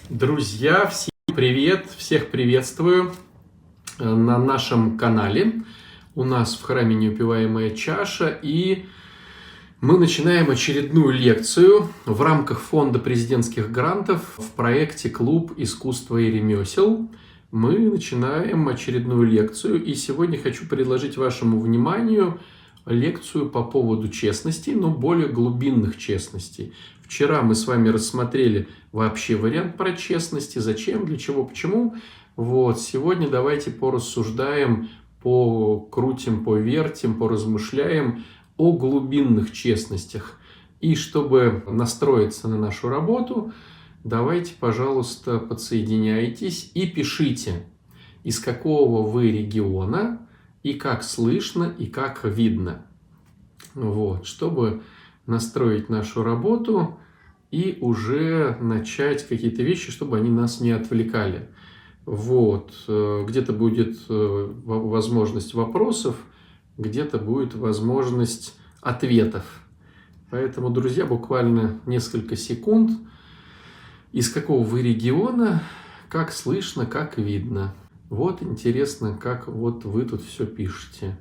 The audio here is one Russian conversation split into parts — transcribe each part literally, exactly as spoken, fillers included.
Друзья, всем привет! Всех приветствую на нашем канале. У нас в храме «Неупиваемая чаша», и мы начинаем очередную лекцию в рамках фонда президентских грантов в проекте «Клуб искусства и ремесел». Мы начинаем очередную лекцию, и сегодня хочу предложить вашему вниманию лекцию по поводу честности, но более глубинных честностей. Вчера мы с вами рассмотрели вообще вариант про честности, зачем, для чего, почему. Вот, сегодня давайте порассуждаем, покрутим, повертим, поразмышляем о глубинных честностях. И чтобы настроиться на нашу работу, давайте, пожалуйста, подсоединяйтесь и пишите, из какого вы региона, и как слышно, и как видно. Вот, чтобы настроить нашу работу и уже начать какие-то вещи, чтобы они нас не отвлекали. Вот, где-то будет возможность вопросов, где-то будет возможность ответов. Поэтому, друзья, буквально несколько секунд. Из какого вы региона, как слышно, как видно. Вот интересно, как вот вы тут все пишете.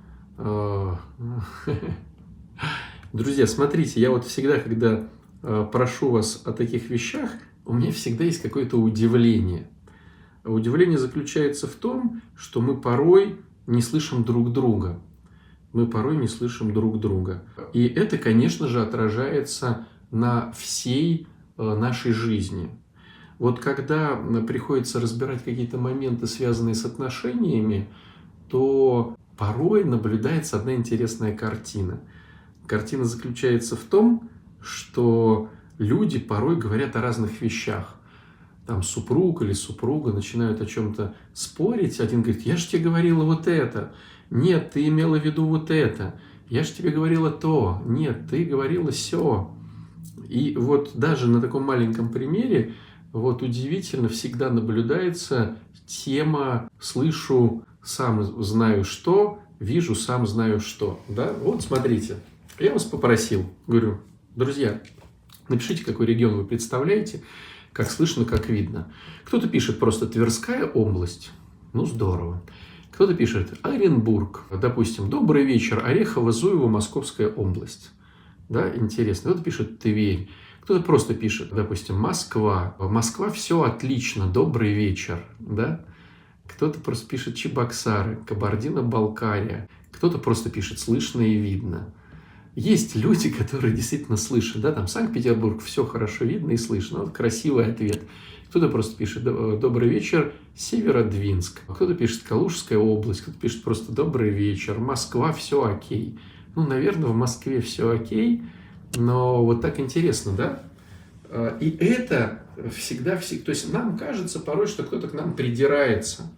Друзья, смотрите, я вот всегда, когда прошу вас о таких вещах, у меня всегда есть какое-то удивление. Удивление заключается в том, что мы порой не слышим друг друга. Мы порой не слышим друг друга. И это, конечно же, отражается на всей нашей жизни. Вот когда приходится разбирать какие-то моменты, связанные с отношениями, то порой наблюдается одна интересная картина. Картина заключается в том, что люди порой говорят о разных вещах. Там супруг или супруга начинают о чем-то спорить. Один говорит: я же тебе говорила вот это. Нет, ты имела в виду вот это. Я же тебе говорила то. Нет, ты говорила сё. И вот даже на таком маленьком примере вот удивительно всегда наблюдается тема «слышу, сам знаю что, вижу, сам знаю что». Да? Вот смотрите. Я вас попросил, говорю: друзья, напишите, какой регион вы представляете, как слышно, как видно. Кто-то пишет просто Тверская область. Ну, здорово. Кто-то пишет Оренбург. Допустим, добрый вечер, Орехово, Зуево, Московская область. Да, интересно. Кто-то пишет Тверь. Кто-то просто пишет, допустим, Москва. Москва, все отлично, добрый вечер. Да? Кто-то просто пишет Чебоксары, Кабардино-Балкария. Кто-то просто пишет слышно и видно. Есть люди, которые действительно слышат, да, там Санкт-Петербург, все хорошо видно и слышно. Вот красивый ответ. Кто-то просто пишет «Добрый вечер, Северодвинск». Кто-то пишет «Калужская область», кто-то пишет просто «Добрый вечер, Москва, все окей». Ну, наверное, в Москве все окей, но вот так интересно, да? И это всегда, всегда, то есть нам кажется порой, что кто-то к нам придирается,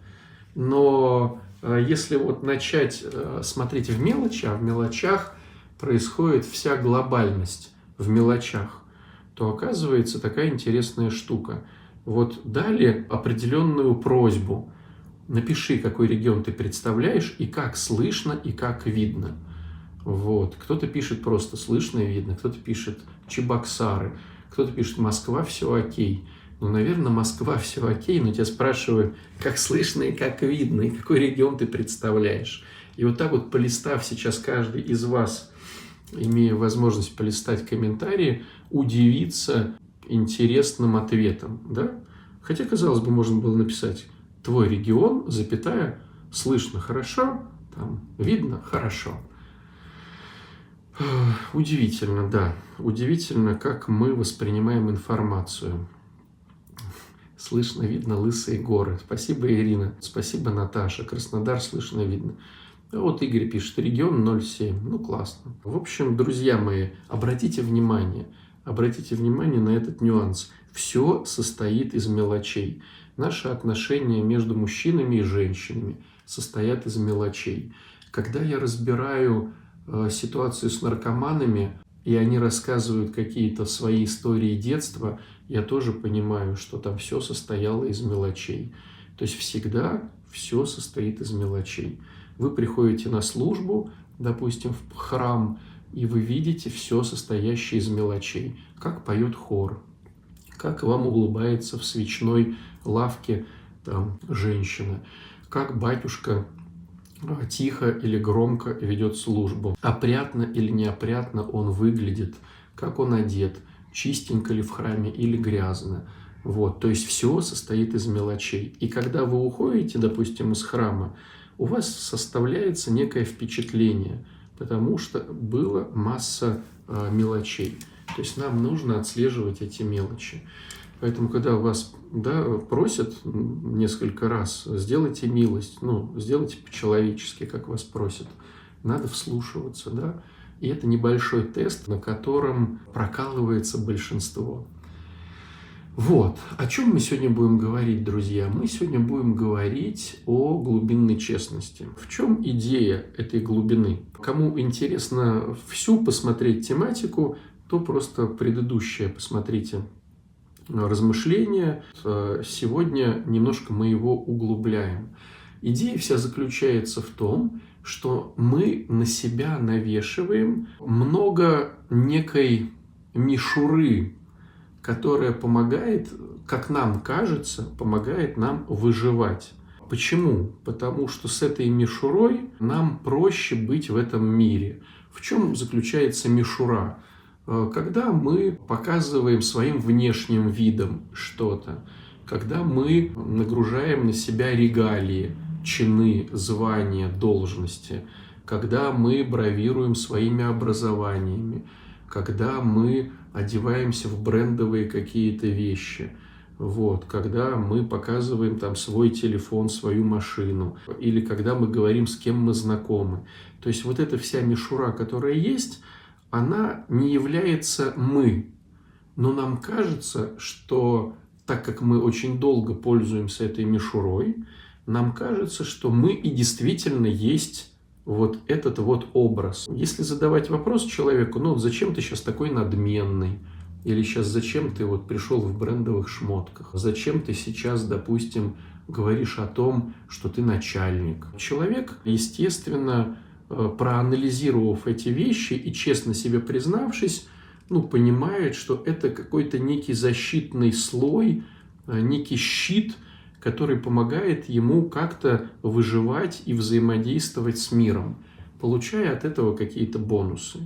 но если вот начать смотреть в мелочи, а в мелочах происходит вся глобальность в мелочах, то оказывается такая интересная штука. Вот дали определенную просьбу. Напиши, какой регион ты представляешь, и как слышно, и как видно. Вот. Кто-то пишет просто слышно и видно, кто-то пишет Чебоксары, кто-то пишет Москва, все окей. Ну, наверное, Москва, все окей, но тебя спрашивают, как слышно и как видно, и какой регион ты представляешь. И вот так вот, полистав сейчас каждый из вас, имея возможность полистать комментарии, удивиться интересным ответом, да? Хотя, казалось бы, можно было написать «Твой регион, запятая, слышно хорошо, там, видно хорошо». Удивительно, да. Удивительно, как мы воспринимаем информацию. Слышно, видно, лысые горы. Спасибо, Ирина. Спасибо, Наташа. Краснодар, слышно, видно. А вот Игорь пишет, регион ноль семь. Ну, классно. В общем, друзья мои, обратите внимание, обратите внимание на этот нюанс. Все состоит из мелочей. Наши отношения между мужчинами и женщинами состоят из мелочей. Когда я разбираю э, ситуацию с наркоманами, и они рассказывают какие-то свои истории детства, я тоже понимаю, что там все состояло из мелочей. То есть всегда все состоит из мелочей. Вы приходите на службу, допустим, в храм, и вы видите все состоящее из мелочей. Как поет хор, как вам улыбается в свечной лавке там женщина, как батюшка тихо или громко ведет службу, опрятно или неопрятно он выглядит, как он одет, чистенько ли в храме или грязно. Вот, то есть все состоит из мелочей. И когда вы уходите, допустим, из храма, у вас составляется некое впечатление, потому что была масса э, мелочей. То есть нам нужно отслеживать эти мелочи. Поэтому, когда вас да, просят несколько раз, сделайте милость, ну, сделайте по-человечески, как вас просят, надо вслушиваться, да. И это небольшой тест, на котором прокалывается большинство. Вот. О чем мы сегодня будем говорить, друзья? Мы сегодня будем говорить о глубинной честности. В чем идея этой глубины? Кому интересно всю посмотреть тематику, то просто предыдущее посмотрите размышления. Сегодня немножко мы его углубляем. Идея вся заключается в том, что мы на себя навешиваем много некой мишуры, которая помогает, как нам кажется, помогает нам выживать. Почему? Потому что с этой мишурой нам проще быть в этом мире. В чем заключается мишура? Когда мы показываем своим внешним видом что-то, когда мы нагружаем на себя регалии, чины, звания, должности, когда мы бравируем своими образованиями, когда мы одеваемся в брендовые какие-то вещи, вот, когда мы показываем там свой телефон, свою машину, или когда мы говорим, с кем мы знакомы. То есть вот эта вся мишура, которая есть, она не является мы. Но нам кажется, что так как мы очень долго пользуемся этой мишурой, нам кажется, что мы и действительно есть вот этот вот образ. Если задавать вопрос человеку, ну зачем ты сейчас такой надменный? Или сейчас зачем ты вот пришел в брендовых шмотках? Зачем ты сейчас, допустим, говоришь о том, что ты начальник? Человек, естественно, проанализировав эти вещи и честно себе признавшись, ну, понимает, что это какой-то некий защитный слой, некий щит, который помогает ему как-то выживать и взаимодействовать с миром, получая от этого какие-то бонусы.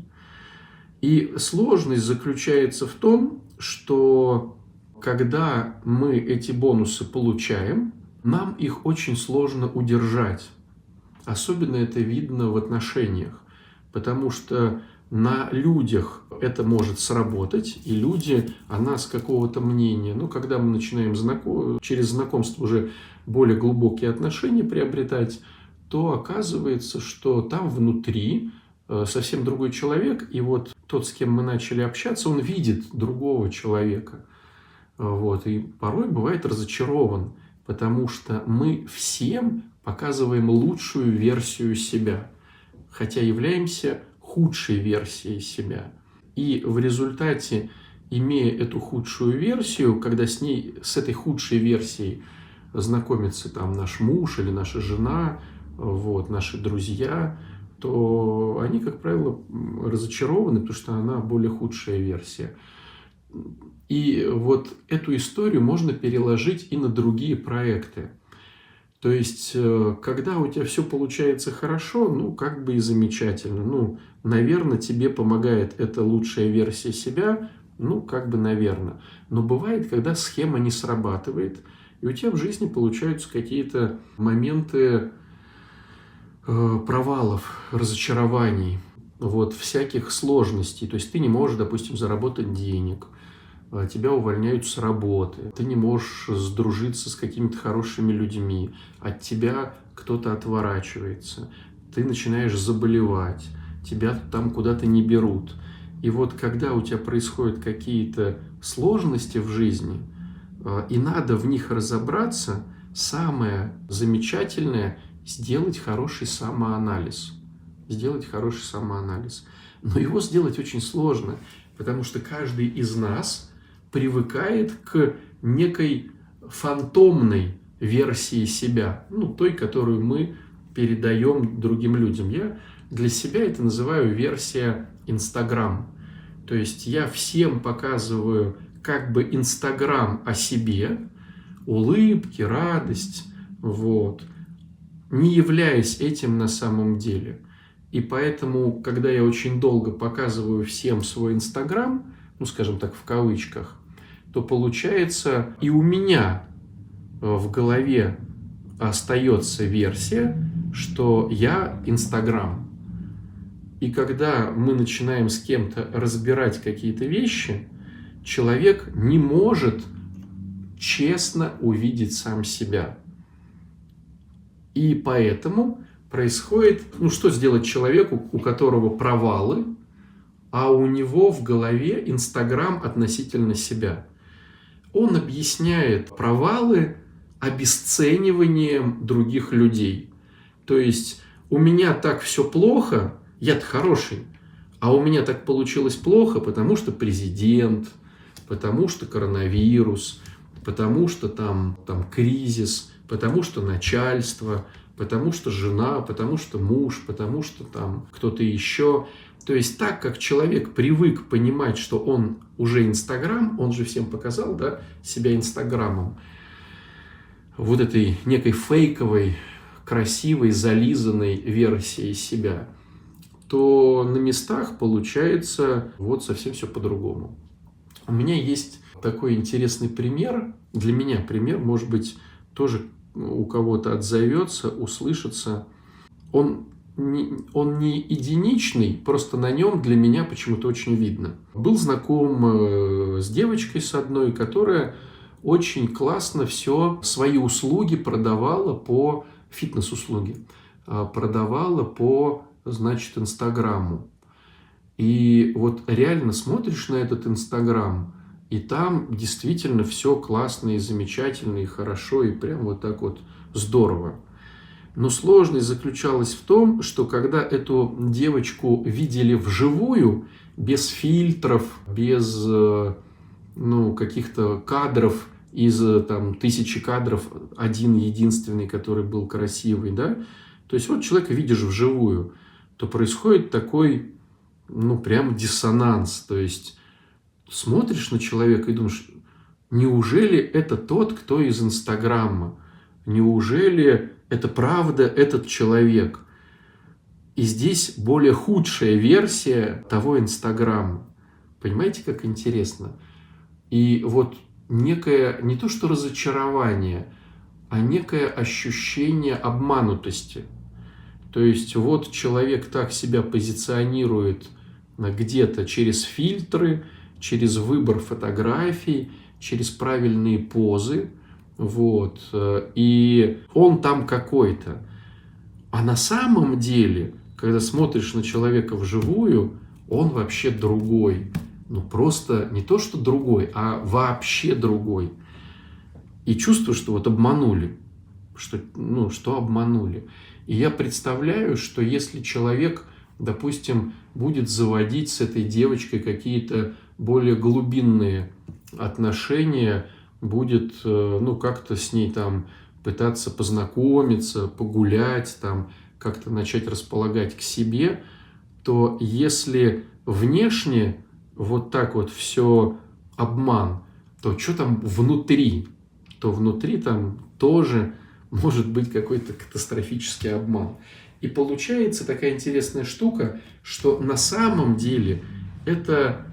И сложность заключается в том, что когда мы эти бонусы получаем, нам их очень сложно удержать. Особенно это видно в отношениях, потому что на людях это может сработать, и люди о нас какого-то мнения. Но когда мы начинаем знаком... через знакомство уже более глубокие отношения приобретать, то оказывается, что там внутри совсем другой человек, и вот тот, с кем мы начали общаться, он видит другого человека. Вот, и порой бывает разочарован, потому что мы всем показываем лучшую версию себя, хотя являемся худшей версией себя. И в результате, имея эту худшую версию, когда с ней, с этой худшей версией знакомится там наш муж или наша жена, вот, наши друзья, то они, как правило, разочарованы, потому что она более худшая версия. И вот эту историю можно переложить и на другие проекты. То есть, когда у тебя все получается хорошо, ну, как бы и замечательно. Ну, наверное, тебе помогает эта лучшая версия себя, ну, как бы, наверное. Но бывает, когда схема не срабатывает, и у тебя в жизни получаются какие-то моменты э, провалов, разочарований, вот, всяких сложностей. То есть, ты не можешь, допустим, заработать денег, тебя увольняют с работы, ты не можешь сдружиться с какими-то хорошими людьми, от тебя кто-то отворачивается, ты начинаешь заболевать, тебя там куда-то не берут. И вот когда у тебя происходят какие-то сложности в жизни, и надо в них разобраться, самое замечательное – сделать хороший самоанализ. Сделать хороший самоанализ. Но его сделать очень сложно, потому что каждый из нас привыкает к некой фантомной версии себя, ну, той, которую мы передаем другим людям. Я для себя это называю версия Инстаграм. То есть я всем показываю, как бы Инстаграм о себе, улыбки, радость, вот, не являясь этим на самом деле. И поэтому, когда я очень долго показываю всем свой Инстаграм, ну, скажем так, в кавычках, то получается и у меня в голове остается версия, что я Инстаграм. И когда мы начинаем с кем-то разбирать какие-то вещи, человек не может честно увидеть сам себя. И поэтому происходит, ну что сделать человеку, у которого провалы, а у него в голове Инстаграм относительно себя. Он объясняет провалы обесцениванием других людей. То есть у меня так все плохо, я-то хороший, а у меня так получилось плохо, потому что президент, потому что коронавирус, потому что там, там кризис, потому что начальство, потому что жена, потому что муж, потому что там кто-то еще. То есть так как человек привык понимать, что он уже Инстаграм, он же всем показал, да, себя Инстаграмом, вот этой некой фейковой, красивой, зализанной версией себя, то на местах получается вот совсем все по-другому. У меня есть такой интересный пример, для меня пример, может быть, тоже у кого-то отзовется, услышится. Он не, он не единичный, просто на нем для меня почему-то очень видно. Был знаком с девочкой с одной, которая очень классно все, свои услуги продавала по, фитнес-услуги, продавала по, значит, Инстаграму. И вот реально смотришь на этот Инстаграм, и там действительно все классно и замечательно, и хорошо, и прям вот так вот здорово. Но сложность заключалась в том, что когда эту девочку видели вживую, без фильтров, без ну, каких-то кадров, из там, тысячи кадров, один единственный, который был красивый, да, то есть вот человека видишь вживую, то происходит такой, ну, прям диссонанс, то есть смотришь на человека и думаешь, неужели это тот, кто из Инстаграма? Неужели это правда этот человек? И здесь более худшая версия того Инстаграма. Понимаете, как интересно? И вот некое, не то что разочарование, а некое ощущение обманутости. То есть вот человек так себя позиционирует где-то через фильтры, через выбор фотографий, через правильные позы, вот, и он там какой-то. А на самом деле, когда смотришь на человека вживую, он вообще другой. Ну просто не то, что другой, а вообще другой. И чувствую, что вот обманули, что, ну, что обманули. И я представляю, что если человек, допустим, будет заводить с этой девочкой какие-то более глубинные отношения, будет, ну, как-то с ней там пытаться познакомиться, погулять, там, как-то начать располагать к себе, то если внешне вот так вот все обман, то что там внутри? То внутри там тоже может быть какой-то катастрофический обман. И получается такая интересная штука, что на самом деле это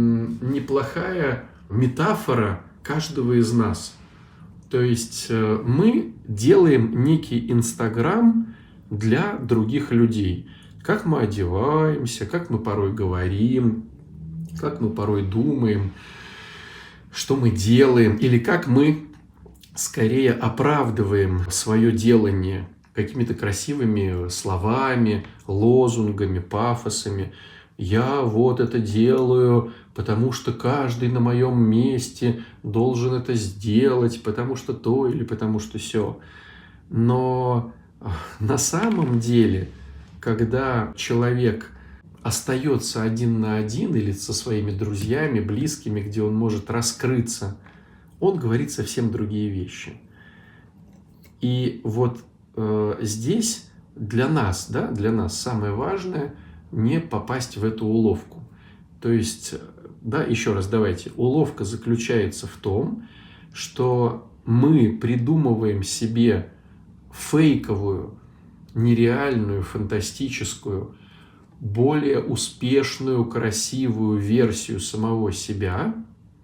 неплохая метафора каждого из нас. То есть мы делаем некий Инстаграм для других людей. Как мы одеваемся, как мы порой говорим, как мы порой думаем, что мы делаем, или как мы скорее оправдываем свое делание какими-то красивыми словами, лозунгами, пафосами. Я вот это делаю, потому что каждый на моем месте должен это сделать, потому что то или потому что сё. Но на самом деле, когда человек остается один на один или со своими друзьями, близкими, где он может раскрыться, он говорит совсем другие вещи. И вот э, здесь для нас, да, для нас самое важное не попасть в эту уловку. То есть Да, еще раз давайте. Уловка заключается в том, что мы придумываем себе фейковую, нереальную, фантастическую, более успешную, красивую версию самого себя.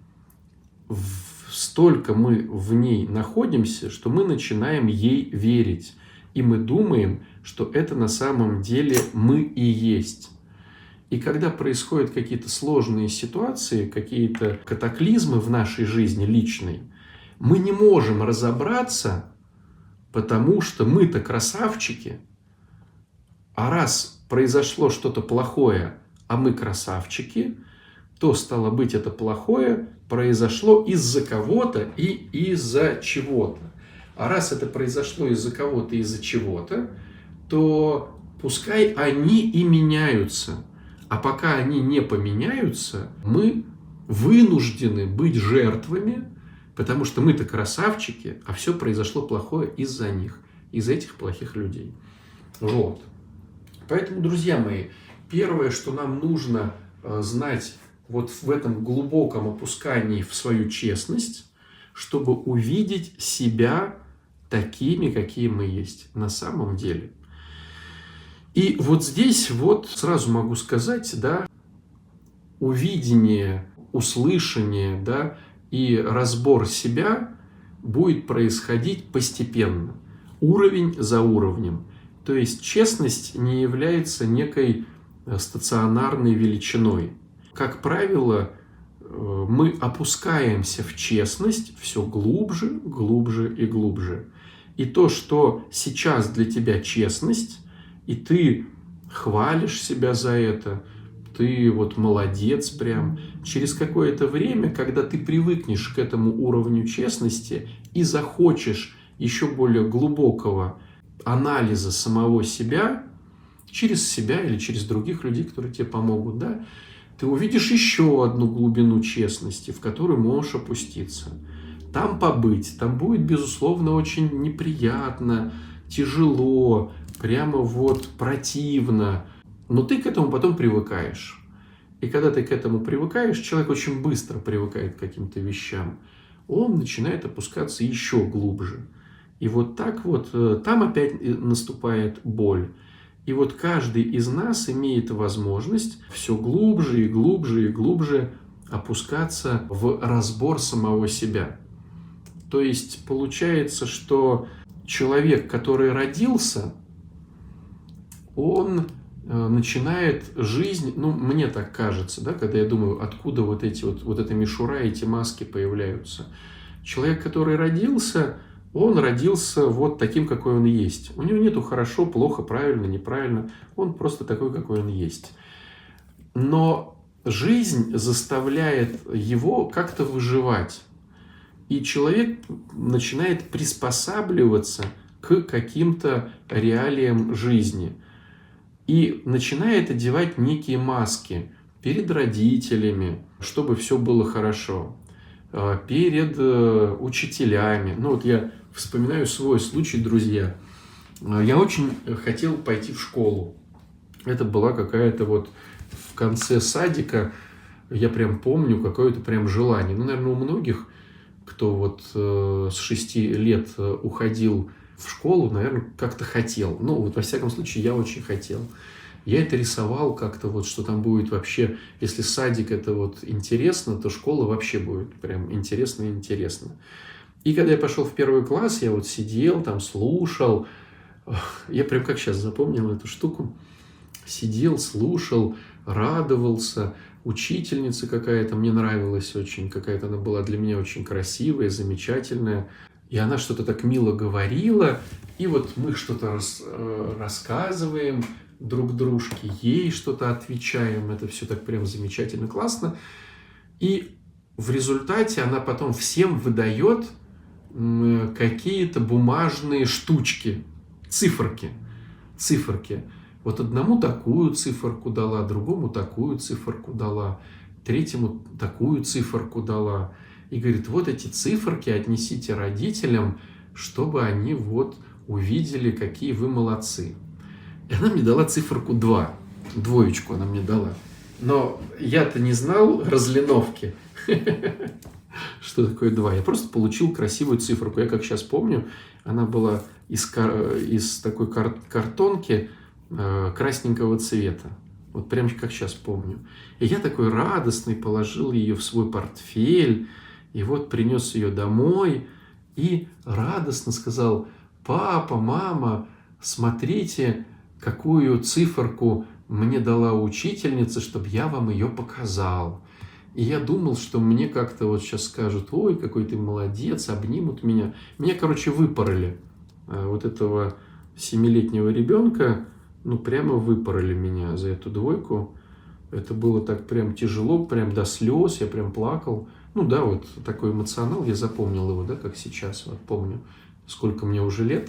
Столько мы в ней находимся, что мы начинаем ей верить. И мы думаем, что это на самом деле мы и есть. И когда происходят какие-то сложные ситуации, какие-то катаклизмы в нашей жизни личной, мы не можем разобраться, потому что мы-то красавчики. А раз произошло что-то плохое, а мы красавчики, то, стало быть, это плохое произошло из-за кого-то и из-за чего-то. А раз это произошло из-за кого-то и из-за чего-то, то пускай они и меняются. А пока они не поменяются, мы вынуждены быть жертвами, потому что мы-то красавчики, а все произошло плохое из-за них, из-за этих плохих людей. Вот. Поэтому, друзья мои, первое, что нам нужно знать вот в этом глубоком опускании в свою честность, чтобы увидеть себя такими, какие мы есть на самом деле. И вот здесь вот сразу могу сказать, да, увидение, услышание, да, и разбор себя будет происходить постепенно, уровень за уровнем. То есть честность не является некой стационарной величиной. Как правило, мы опускаемся в честность все глубже, глубже и глубже. И то, что сейчас для тебя честность, и ты хвалишь себя за это, ты вот молодец прям. Через какое-то время, когда ты привыкнешь к этому уровню честности и захочешь еще более глубокого анализа самого себя, через себя или через других людей, которые тебе помогут, да, ты увидишь еще одну глубину честности, в которую можешь опуститься. Там побыть, там будет, безусловно, очень неприятно, тяжело, прямо вот противно. Но ты к этому потом привыкаешь. И когда ты к этому привыкаешь, человек очень быстро привыкает к каким-то вещам. Он начинает опускаться еще глубже. И вот так вот там опять наступает боль. И вот каждый из нас имеет возможность все глубже и глубже и глубже опускаться в разбор самого себя. То есть получается, что человек, который родился, он начинает жизнь, ну, мне так кажется, да, когда я думаю, откуда вот эти вот, вот эта мишура, эти маски появляются. Человек, который родился, он родился вот таким, какой он есть. У него нету хорошо, плохо, правильно, неправильно. Он просто такой, какой он есть. Но жизнь заставляет его как-то выживать. И человек начинает приспосабливаться к каким-то реалиям жизни. И начинает одевать некие маски перед родителями, чтобы все было хорошо. Перед учителями. Ну вот я вспоминаю свой случай, друзья. Я очень хотел пойти в школу. Это была какая-то вот в конце садика, я прям помню какое-то прям желание. Ну, наверное, у многих, кто вот с шести лет уходил в школу, наверное, как-то хотел. Ну, вот во всяком случае, я очень хотел. Я это рисовал как-то вот, что там будет вообще, если садик это вот интересно, то школа вообще будет прям интересно и интересно. И когда я пошел в первый класс, я вот сидел там, слушал, я прям как сейчас запомнил эту штуку, сидел, слушал, радовался, учительница какая-то мне нравилась очень, какая-то она была для меня очень красивая, замечательная. И она что-то так мило говорила, и вот мы что-то рас, э, рассказываем друг дружке, ей что-то отвечаем, это все так прям замечательно, классно. И в результате она потом всем выдает э, какие-то бумажные штучки, циферки, циферки. Вот одному такую циферку дала, другому такую циферку дала, третьему такую циферку дала. И говорит, вот эти циферки отнесите родителям, чтобы они вот увидели, какие вы молодцы. И она мне дала циферку два, двоечку она мне дала. Но я-то не знал разлиновки, что такое два. Я просто получил красивую циферку. Я как сейчас помню, она была из, кар... из такой кар... картонки э, красненького цвета. Вот прям как сейчас помню. И я такой радостный положил ее в свой портфель. И вот принес ее домой. И радостно сказал: папа, мама, смотрите, какую циферку мне дала учительница, чтобы я вам ее показал. И я думал, что мне как-то вот сейчас скажут: ой, какой ты молодец, обнимут меня. Меня, короче, выпороли. Вот этого семилетнего ребенка, ну, прямо выпороли меня за эту двойку. Это было так прям тяжело, прям до слез, я прям плакал. Ну да, вот такой эмоционал, я запомнил его, да, как сейчас, вот помню, сколько мне уже лет.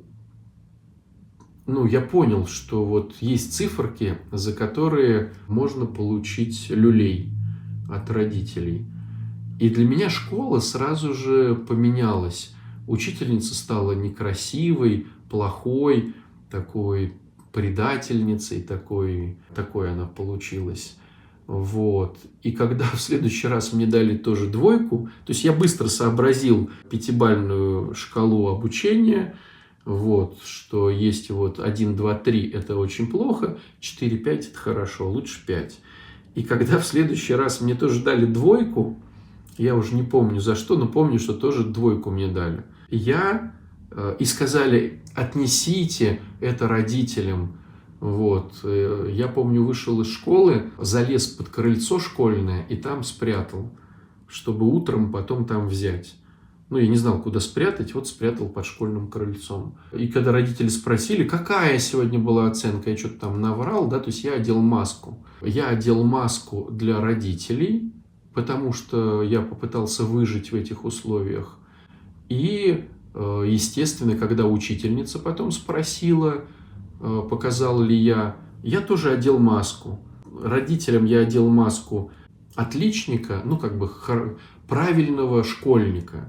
Ну, я понял, что вот есть циферки, за которые можно получить люлей от родителей. И для меня школа сразу же поменялась. Учительница стала некрасивой, плохой, такой предательницей, такой, такой она получилась. Вот. И когда в следующий раз мне дали тоже двойку, то есть я быстро сообразил пятибалльную шкалу обучения, вот, что есть вот один, два, три это очень плохо, четыре, пять это хорошо, лучше пять. И когда в следующий раз мне тоже дали двойку, я уже не помню за что, но помню, что тоже двойку мне дали. Я, э, и сказали: отнесите это родителям. Вот. Я помню, вышел из школы, залез под крыльцо школьное и там спрятал, чтобы утром потом там взять. Ну, я не знал, куда спрятать, вот спрятал под школьным крыльцом. И когда родители спросили, какая сегодня была оценка, я что-то там наврал, да, то есть я одел маску. Я одел маску для родителей, потому что я попытался выжить в этих условиях. И, естественно, когда учительница потом спросила, показал ли я, я тоже одел маску. Родителям я одел маску отличника, ну, как бы правильного школьника.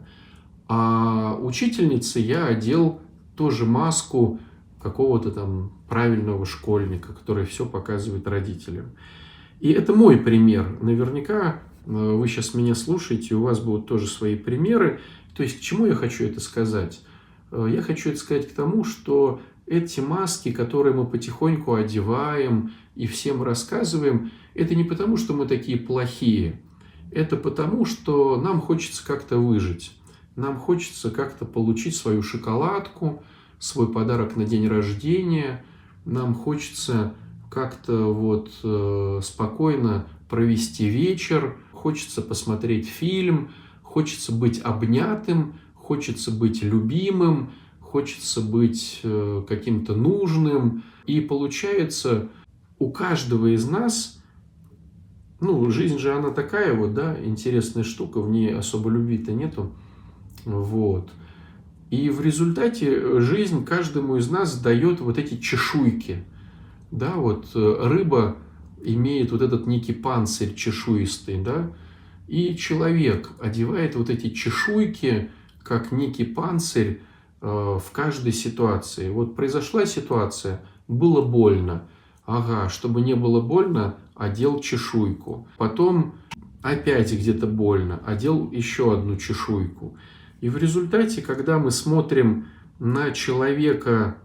А учительнице я одел тоже маску какого-то там правильного школьника, который все показывает родителям. И это мой пример. Наверняка вы сейчас меня слушаете, у вас будут тоже свои примеры. То есть к чему я хочу это сказать? Я хочу это сказать к тому, что эти маски, которые мы потихоньку одеваем и всем рассказываем, это не потому, что мы такие плохие. Это потому, что нам хочется как-то выжить. Нам хочется как-то получить свою шоколадку, свой подарок на день рождения. Нам хочется как-то вот э, спокойно провести вечер. Хочется посмотреть фильм. Хочется быть обнятым. Хочется быть любимым. Хочется быть э, каким-то нужным. И получается, у каждого из нас, ну, жизнь же она такая вот, да, интересная штука, в ней особо любви-то нету. Вот. И в результате жизнь каждому из нас дает вот эти чешуйки. Да, вот рыба имеет вот этот некий панцирь чешуистый, да, и человек одевает вот эти чешуйки как некий панцирь э, в каждой ситуации. Вот произошла ситуация, было больно. Ага, чтобы не было больно, одел чешуйку. Потом опять где-то больно, одел еще одну чешуйку. И в результате, когда мы смотрим на человека,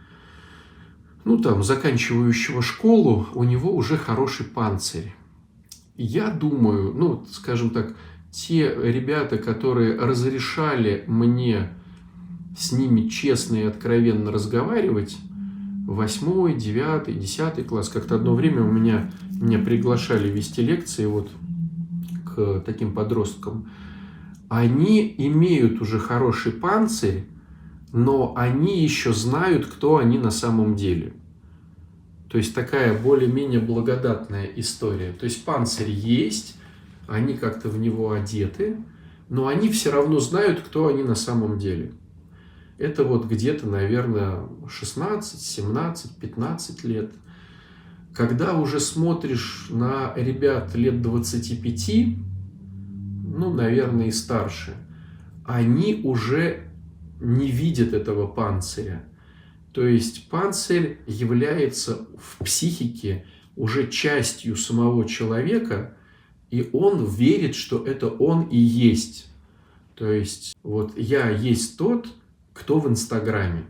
ну там, заканчивающего школу, у него уже хороший панцирь. Я думаю, ну, скажем так, те ребята, которые разрешали мне с ними честно и откровенно разговаривать, восьмой, девятый, десятый класс, как-то одно время у меня, меня приглашали вести лекции вот к таким подросткам, они имеют уже хороший панцирь, но они еще знают, кто они на самом деле. То есть такая более-менее благодатная история. То есть панцирь есть, они как-то в него одеты, но они все равно знают, кто они на самом деле. Это вот где-то, наверное, шестнадцать, семнадцать, пятнадцать лет. Когда уже смотришь на ребят лет двадцати пяти, ну, наверное, и старше, они уже не видят этого панциря. То есть панцирь является в психике уже частью самого человека, и он верит, что это он и есть. То есть вот я есть тот, кто в Инстаграме.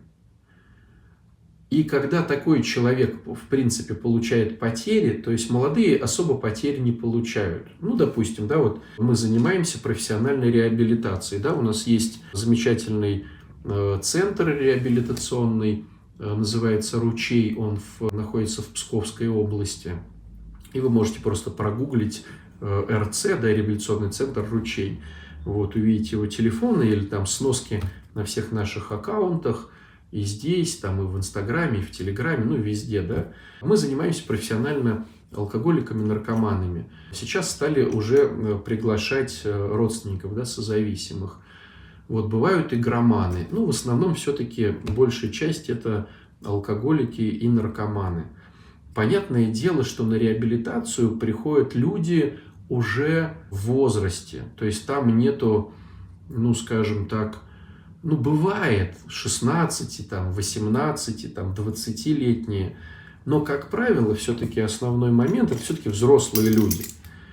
И когда такой человек, в принципе, получает потери, то есть молодые особо потерь не получают. Ну, допустим, да, вот мы занимаемся профессиональной реабилитацией, да, у нас есть замечательный э, центр реабилитационный, э, называется «Ручей», он в, находится в Псковской области. И вы можете просто прогуглить э, эр цэ, да, реабилитационный центр «Ручей». Вот, увидите его телефоны или там сноски на всех наших аккаунтах. И здесь, там, и в Инстаграме, и в Телеграме, ну, везде, да. Мы занимаемся профессионально алкоголиками, наркоманами. Сейчас стали уже приглашать родственников, да, созависимых. Вот, бывают игроманы. Ну, в основном, все-таки, большая часть это алкоголики и наркоманы. Понятное дело, что на реабилитацию приходят люди уже в возрасте. То есть, там нету, ну, скажем так, ну, бывает шестнадцати, там, восемнадцати, там, двадцатилетние, но, как правило, все-таки основной момент – это все-таки взрослые люди.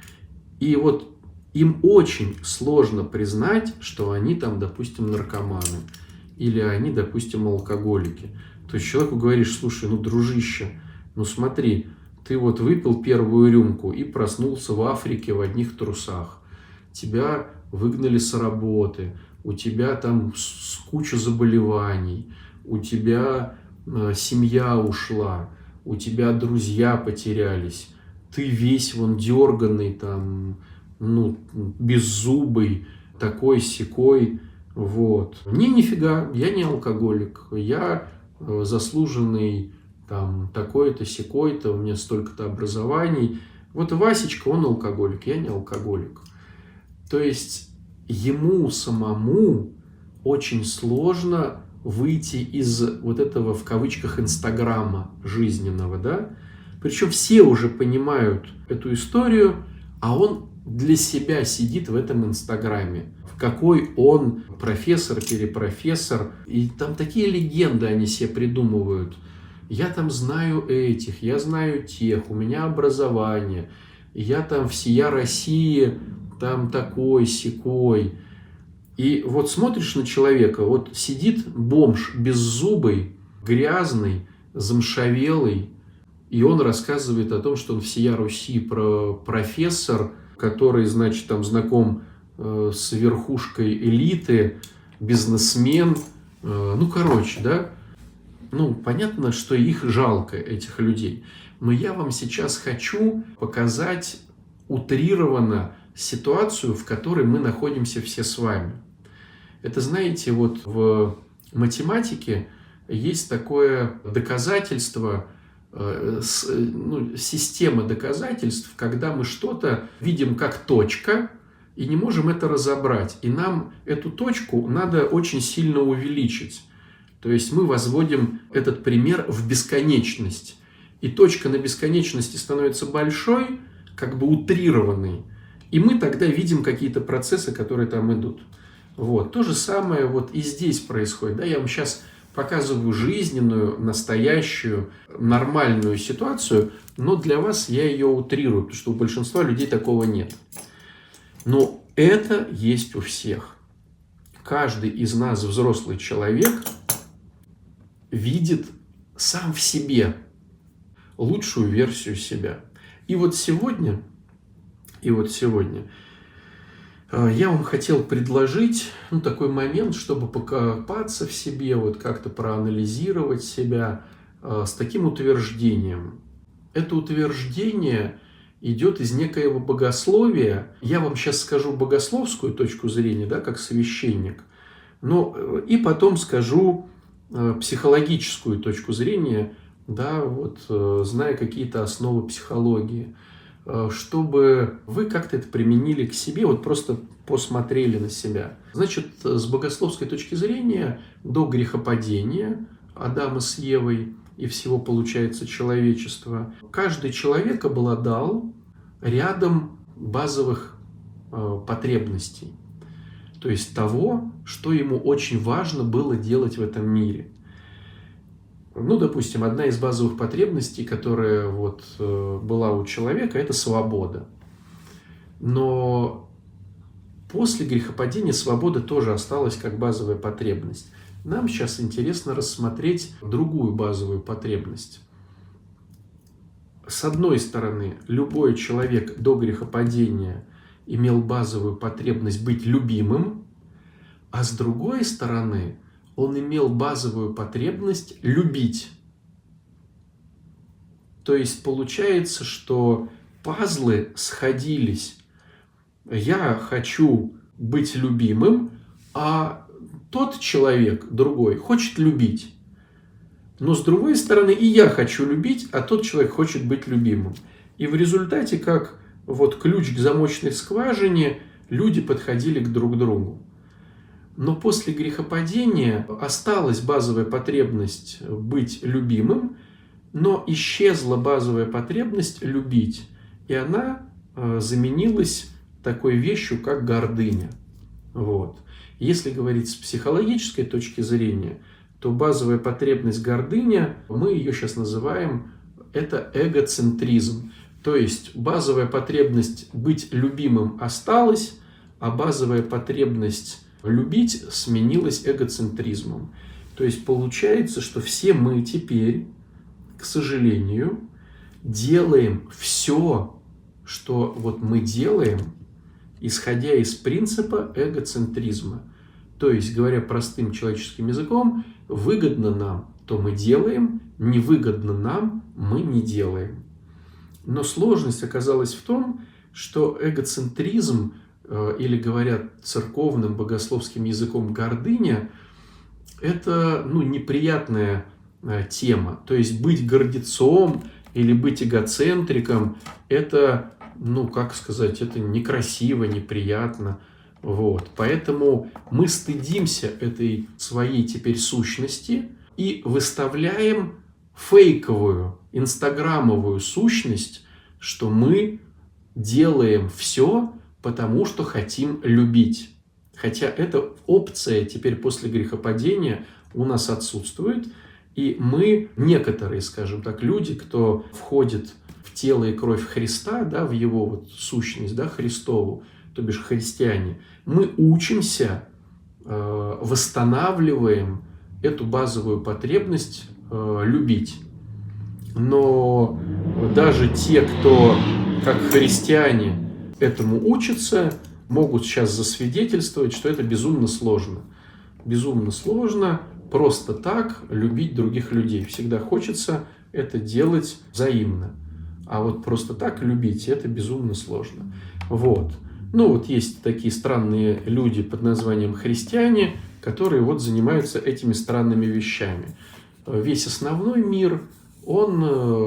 И вот им очень сложно признать, что они там, допустим, наркоманы или они, допустим, алкоголики. То есть человеку говоришь: слушай, ну, дружище, ну, смотри, ты вот выпил первую рюмку и проснулся в Африке в одних трусах. Тебя выгнали с работы, у тебя там куча заболеваний, у тебя э, семья ушла, у тебя друзья потерялись, ты весь вон дерганный, там, ну, беззубый, такой-сякой, вот. Не, нифига, я не алкоголик, я э, заслуженный, там, такой-то, сякой-то, у меня столько-то образований. Вот Васечка, он алкоголик, я не алкоголик. То есть ему самому очень сложно выйти из вот этого, в кавычках, инстаграма жизненного, да? Причем все уже понимают эту историю, а он для себя сидит в этом инстаграме. В какой он профессор, перепрофессор. И там такие легенды они себе придумывают. Я там знаю этих, я знаю тех, у меня образование, я там всея России там такой, сякой. И вот смотришь на человека, вот сидит бомж беззубый, грязный, замшавелый, и он рассказывает о том, что он всея Руси про профессор, который, значит, там знаком э, с верхушкой элиты, бизнесмен, э, ну, короче, да. Ну, понятно, что их жалко, этих людей. Но я вам сейчас хочу показать утрированно ситуацию, в которой мы находимся все с вами. Это, знаете, вот в математике есть такое доказательство, э, с, ну, система доказательств, когда мы что-то видим как точка и не можем это разобрать. И нам эту точку надо очень сильно увеличить. То есть мы возводим этот пример в бесконечность. И точка на бесконечности становится большой, как бы утрированной. И мы тогда видим какие-то процессы, которые там идут. Вот. То же самое вот и здесь происходит. Да? Я вам сейчас показываю жизненную, настоящую, нормальную ситуацию, но для вас я ее утрирую, потому что у большинства людей такого нет. Но это есть у всех. Каждый из нас, взрослый человек, видит сам в себе лучшую версию себя. И вот сегодня, и вот сегодня я вам хотел предложить, ну, такой момент, чтобы покопаться в себе, вот как-то проанализировать себя э, с таким утверждением. Это утверждение идет из некоего богословия. Я вам сейчас скажу богословскую точку зрения, да, как священник, но э, и потом скажу э, психологическую точку зрения, да, вот, э, зная какие-то основы психологии, чтобы вы как-то это применили к себе, вот просто посмотрели на себя. Значит, с богословской точки зрения, до грехопадения Адама с Евой и всего, получается, человечества, каждый человек обладал рядом базовых э, потребностей. То есть того, что ему очень важно было делать в этом мире. Ну, допустим, одна из базовых потребностей, которая вот была у человека, это свобода. Но после грехопадения свобода тоже осталась как базовая потребность. Нам сейчас интересно рассмотреть другую базовую потребность. С одной стороны, любой человек до грехопадения имел базовую потребность быть любимым, а с другой стороны, он имел базовую потребность любить. То есть получается, что пазлы сходились. Я хочу быть любимым, а тот человек, другой, хочет любить. Но с другой стороны, и я хочу любить, а тот человек хочет быть любимым. И в результате, как вот ключ к замочной скважине, люди подходили к друг другу. Но после грехопадения осталась базовая потребность быть любимым, но исчезла базовая потребность любить. И она заменилась такой вещью, как гордыня. Вот. Если говорить с психологической точки зрения, то базовая потребность гордыня, мы ее сейчас называем, это эгоцентризм. То есть базовая потребность быть любимым осталась, а базовая потребность любить сменилась эгоцентризмом. То есть получается, что все мы теперь, к сожалению, делаем все, что вот мы делаем, исходя из принципа эгоцентризма. То есть, говоря простым человеческим языком, выгодно нам, то мы делаем, невыгодно нам, мы не делаем. Но сложность оказалась в том, что эгоцентризм, или говорят церковным богословским языком гордыня, это ну, неприятная тема. То есть быть гордецом или быть эгоцентриком, это, ну как сказать, это некрасиво, неприятно. Вот. Поэтому мы стыдимся этой своей теперь сущности и выставляем фейковую, инстаграмовую сущность, что мы делаем все, потому что хотим любить. Хотя эта опция теперь после грехопадения у нас отсутствует. И мы, некоторые, скажем так, люди, кто входит в тело и кровь Христа, да, в его вот сущность, да, Христову, то бишь христиане, мы учимся, э, восстанавливаем эту базовую потребность э, любить. Но даже те, кто как христиане этому учатся, могут сейчас засвидетельствовать, что это безумно сложно. Безумно сложно просто так любить других людей. Всегда хочется это делать взаимно. А вот просто так любить, это безумно сложно. Вот. Ну вот есть такие странные люди под названием христиане, которые вот занимаются этими странными вещами. Весь основной мир, он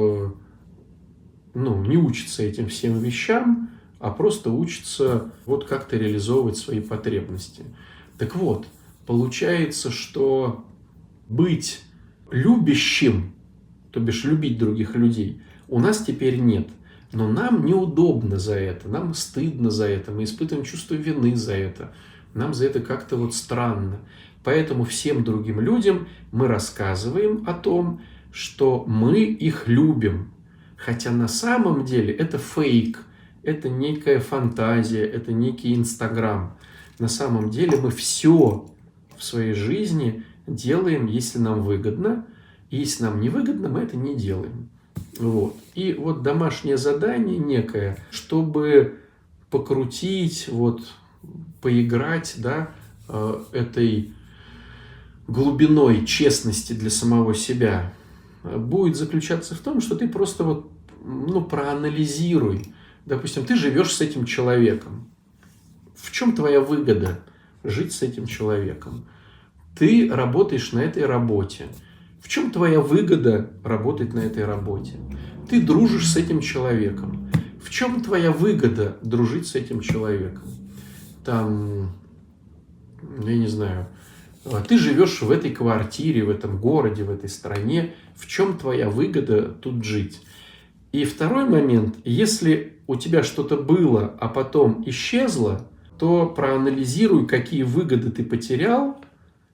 ну, не учится этим всем вещам, а просто учится вот как-то реализовывать свои потребности. Так вот, получается, что быть любящим, то бишь любить других людей, у нас теперь нет. Но нам неудобно за это, нам стыдно за это, мы испытываем чувство вины за это, нам за это как-то вот странно. Поэтому всем другим людям мы рассказываем о том, что мы их любим. Хотя на самом деле это фейк, это некая фантазия, это некий инстаграм. На самом деле мы все в своей жизни делаем, если нам выгодно, и если нам не выгодно, мы это не делаем. Вот. И вот домашнее задание некое, чтобы покрутить, вот, поиграть, да, этой глубиной честности для самого себя, будет заключаться в том, что ты просто вот, ну, проанализируй. Допустим, ты живешь с этим человеком. В чем твоя выгода жить с этим человеком? Ты работаешь на этой работе. В чем твоя выгода работать на этой работе? Ты дружишь с этим человеком. В чем твоя выгода дружить с этим человеком? Там, я не знаю, ты живешь в этой квартире, в этом городе, в этой стране. В чем твоя выгода тут жить? И второй момент, если у тебя что-то было, а потом исчезло, то проанализируй, какие выгоды ты потерял,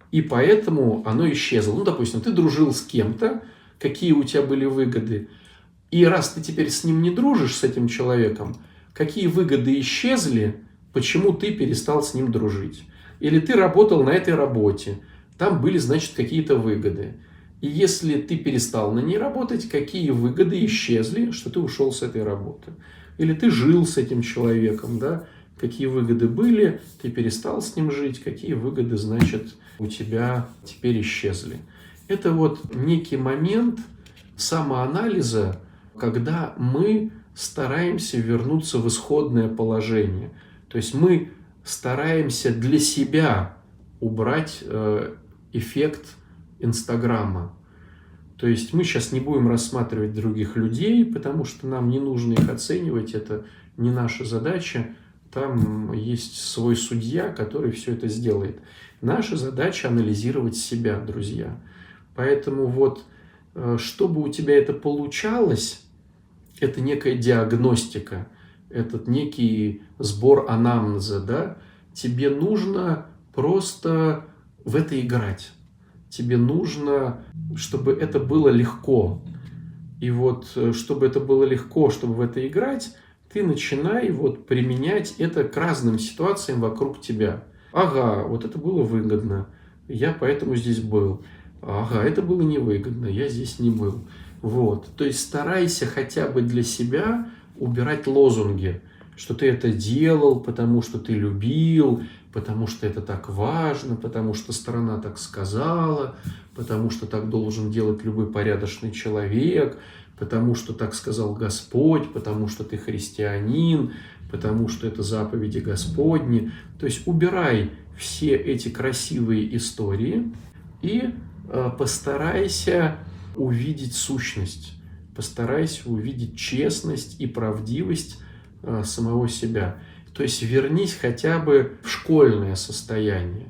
и поэтому оно исчезло. Ну, допустим, ты дружил с кем-то, какие у тебя были выгоды, и раз ты теперь с ним не дружишь, с этим человеком, какие выгоды исчезли, почему ты перестал с ним дружить. Или ты работал на этой работе, там были, значит, какие-то выгоды. И если ты перестал на ней работать, какие выгоды исчезли, что ты ушел с этой работы. Или ты жил с этим человеком, да, какие выгоды были, ты перестал с ним жить, какие выгоды, значит, у тебя теперь исчезли. Это вот некий момент самоанализа, когда мы стараемся вернуться в исходное положение. То есть мы стараемся для себя убрать э, эффект Инстаграма. То есть мы сейчас не будем рассматривать других людей, потому что нам не нужно их оценивать, это не наша задача. Там есть свой судья, который все это сделает. Наша задача анализировать себя, друзья. Поэтому вот, чтобы у тебя это получалось, это некая диагностика, этот некий сбор анамнеза, да, тебе нужно просто в это играть. Тебе нужно, чтобы это было легко. И вот, чтобы это было легко, чтобы в это играть, ты начинай вот применять это к разным ситуациям вокруг тебя. Ага, вот это было выгодно, я поэтому здесь был. Ага, это было невыгодно, я здесь не был. Вот. То есть старайся хотя бы для себя убирать лозунги, что ты это делал, потому что ты любил, потому что это так важно, потому что страна так сказала, потому что так должен делать любой порядочный человек, потому что так сказал Господь, потому что ты христианин, потому что это заповеди Господни. То есть убирай все эти красивые истории и э, постарайся увидеть сущность, постарайся увидеть честность и правдивость э, самого себя. То есть вернись хотя бы в школьное состояние.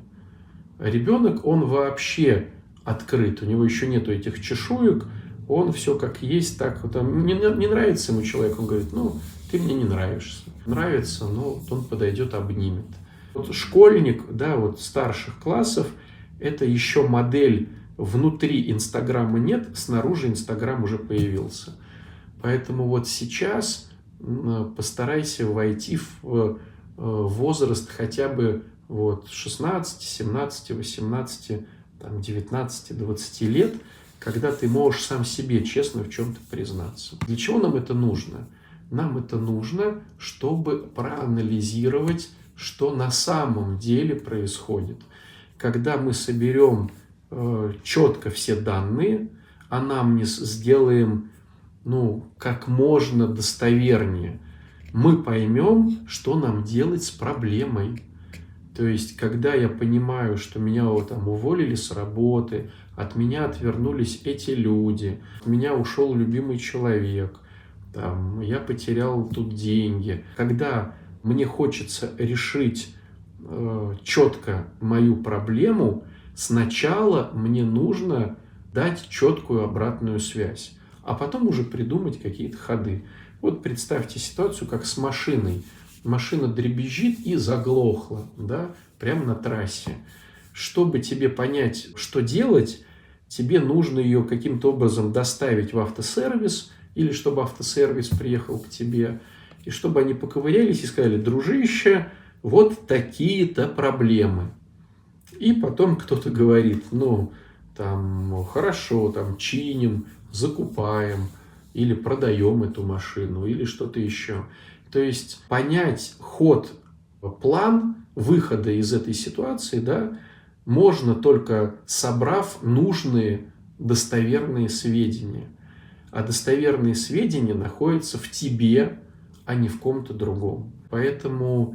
Ребенок, он вообще открыт, у него еще нету этих чешуек, он все как есть, так вот, не, не нравится ему человек, он говорит, ну, ты мне не нравишься. Нравится, ну, он подойдет, обнимет. Вот школьник, да, вот старших классов, это еще модель внутри Инстаграма нет, снаружи Инстаграм уже появился. Поэтому вот сейчас постарайся войти в возраст хотя бы вот шестнадцати, семнадцати, восемнадцати, там, девятнадцати, двадцати лет, когда ты можешь сам себе честно в чем-то признаться. Для чего нам это нужно? Нам это нужно, чтобы проанализировать, что на самом деле происходит. Когда мы соберем э, четко все данные, анамнез сделаем ну, как можно достовернее, мы поймем, что нам делать с проблемой. То есть, когда я понимаю, что меня вот там уволили с работы, от меня отвернулись эти люди, от меня ушел любимый человек, там, я потерял тут деньги. Когда мне хочется решить э, четко мою проблему, сначала мне нужно дать четкую обратную связь, а потом уже придумать какие-то ходы. Вот представьте ситуацию, как с машиной. Машина дребезжит и заглохла, да, прямо на трассе. Чтобы тебе понять, что делать, тебе нужно ее каким-то образом доставить в автосервис, или чтобы автосервис приехал к тебе, и чтобы они поковырялись и сказали, дружище, вот такие-то проблемы. И потом кто-то говорит, ну, там, хорошо, там, чиним, закупаем, или продаем эту машину, или что-то еще. То есть понять ход, план выхода из этой ситуации, да, можно только собрав нужные достоверные сведения. А достоверные сведения находятся в тебе, а не в ком-то другом. Поэтому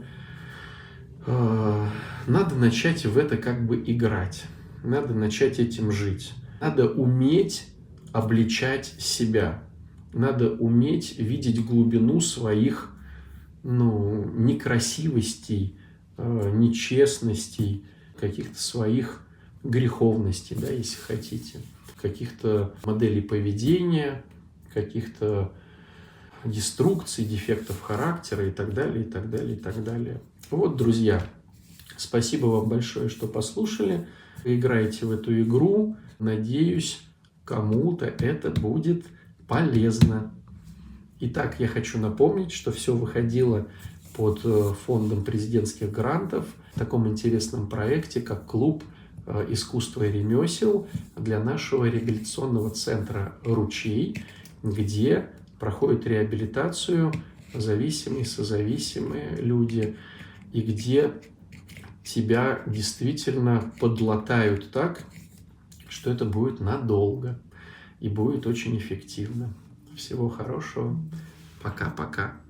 э, надо начать в это как бы играть. Надо начать этим жить. Надо уметь обличать себя. Надо уметь видеть глубину своих ну, некрасивостей, э, нечестностей, каких-то своих греховностей, да, если хотите, каких-то моделей поведения, каких-то деструкций, дефектов характера и так далее, и так далее, и так далее. Вот, друзья, спасибо вам большое, что послушали. Вы играете в эту игру. Надеюсь, кому-то это будет полезно. Итак, я хочу напомнить, что все выходило под фондом президентских грантов в таком интересном проекте, как клуб искусства и ремесел для нашего реабилитационного центра «Ручей», где проходят реабилитацию зависимые, созависимые люди, и где тебя действительно подлатают так, что это будет надолго и будет очень эффективно. Всего хорошего. Пока-пока.